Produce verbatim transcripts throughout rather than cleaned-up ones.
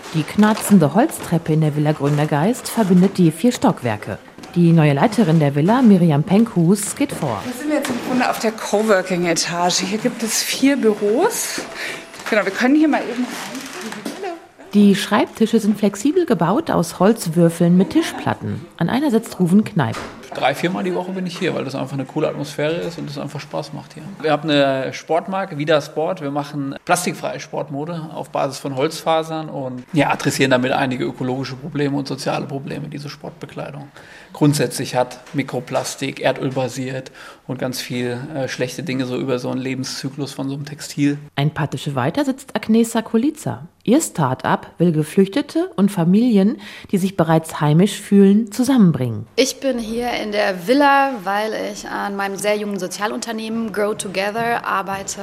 Die knarzende Holztreppe in der Villa Gründergeist verbindet die vier Stockwerke. Die neue Leiterin der Villa, Miriam Penkhus, geht vor. Wir sind jetzt im Grunde auf der Coworking-Etage. Hier gibt es vier Büros. Genau, wir können hier mal eben rein. Die Schreibtische sind flexibel gebaut aus Holzwürfeln mit Tischplatten. An einer sitzt Ruven Kneip. Drei, viermal die Woche bin ich hier, weil das einfach eine coole Atmosphäre ist und es einfach Spaß macht hier. Wir haben eine Sportmarke, Vida Sport. Wir machen plastikfreie Sportmode auf Basis von Holzfasern und ja, adressieren damit einige ökologische Probleme und soziale Probleme, die diese Sportbekleidung grundsätzlich hat. Mikroplastik, erdölbasiert und ganz viel äh, schlechte Dinge so über so einen Lebenszyklus von so einem Textil. Ein paar Tische weiter sitzt Agnesa Kolica. Ihr Start-up will Geflüchtete und Familien, die sich bereits heimisch fühlen, zusammenbringen. Ich bin hier in der Villa, weil ich an meinem sehr jungen Sozialunternehmen Grow Together arbeite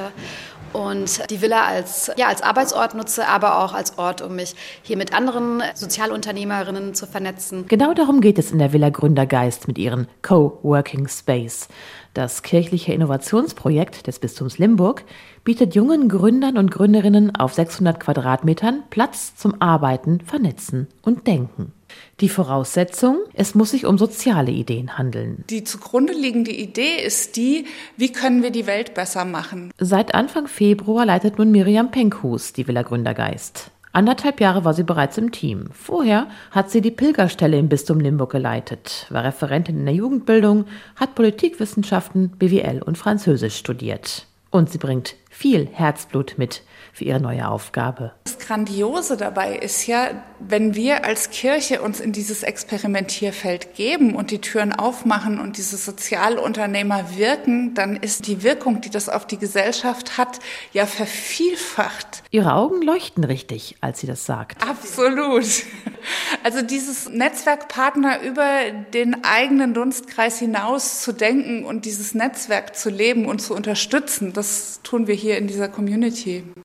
und die Villa als, ja, als Arbeitsort nutze, aber auch als Ort, um mich hier mit anderen Sozialunternehmerinnen zu vernetzen. Genau darum geht es in der Villa Gründergeist mit ihren Coworking Space. Das kirchliche Innovationsprojekt des Bistums Limburg bietet jungen Gründern und Gründerinnen auf sechshundert Quadratmetern Platz zum Arbeiten, Vernetzen und Denken. Die Voraussetzung, es muss sich um soziale Ideen handeln. Die zugrunde liegende Idee ist die, wie können wir die Welt besser machen? Seit Anfang Februar leitet nun Miriam Penkhus die Villa Gründergeist. Anderthalb Jahre war sie bereits im Team. Vorher hat sie die Pilgerstelle im Bistum Limburg geleitet, war Referentin in der Jugendbildung, hat Politikwissenschaften, B W L und Französisch studiert. Und sie bringt viel Herzblut mit für ihre neue Aufgabe. Das Grandiose dabei ist ja, wenn wir als Kirche uns in dieses Experimentierfeld geben und die Türen aufmachen und diese Sozialunternehmer wirken, dann ist die Wirkung, die das auf die Gesellschaft hat, ja vervielfacht. Ihre Augen leuchten richtig, als sie das sagt. Absolut. Also dieses Netzwerkpartner über den eigenen Dunstkreis hinaus zu denken und dieses Netzwerk zu leben und zu unterstützen, das tun wir hier in dieser Community.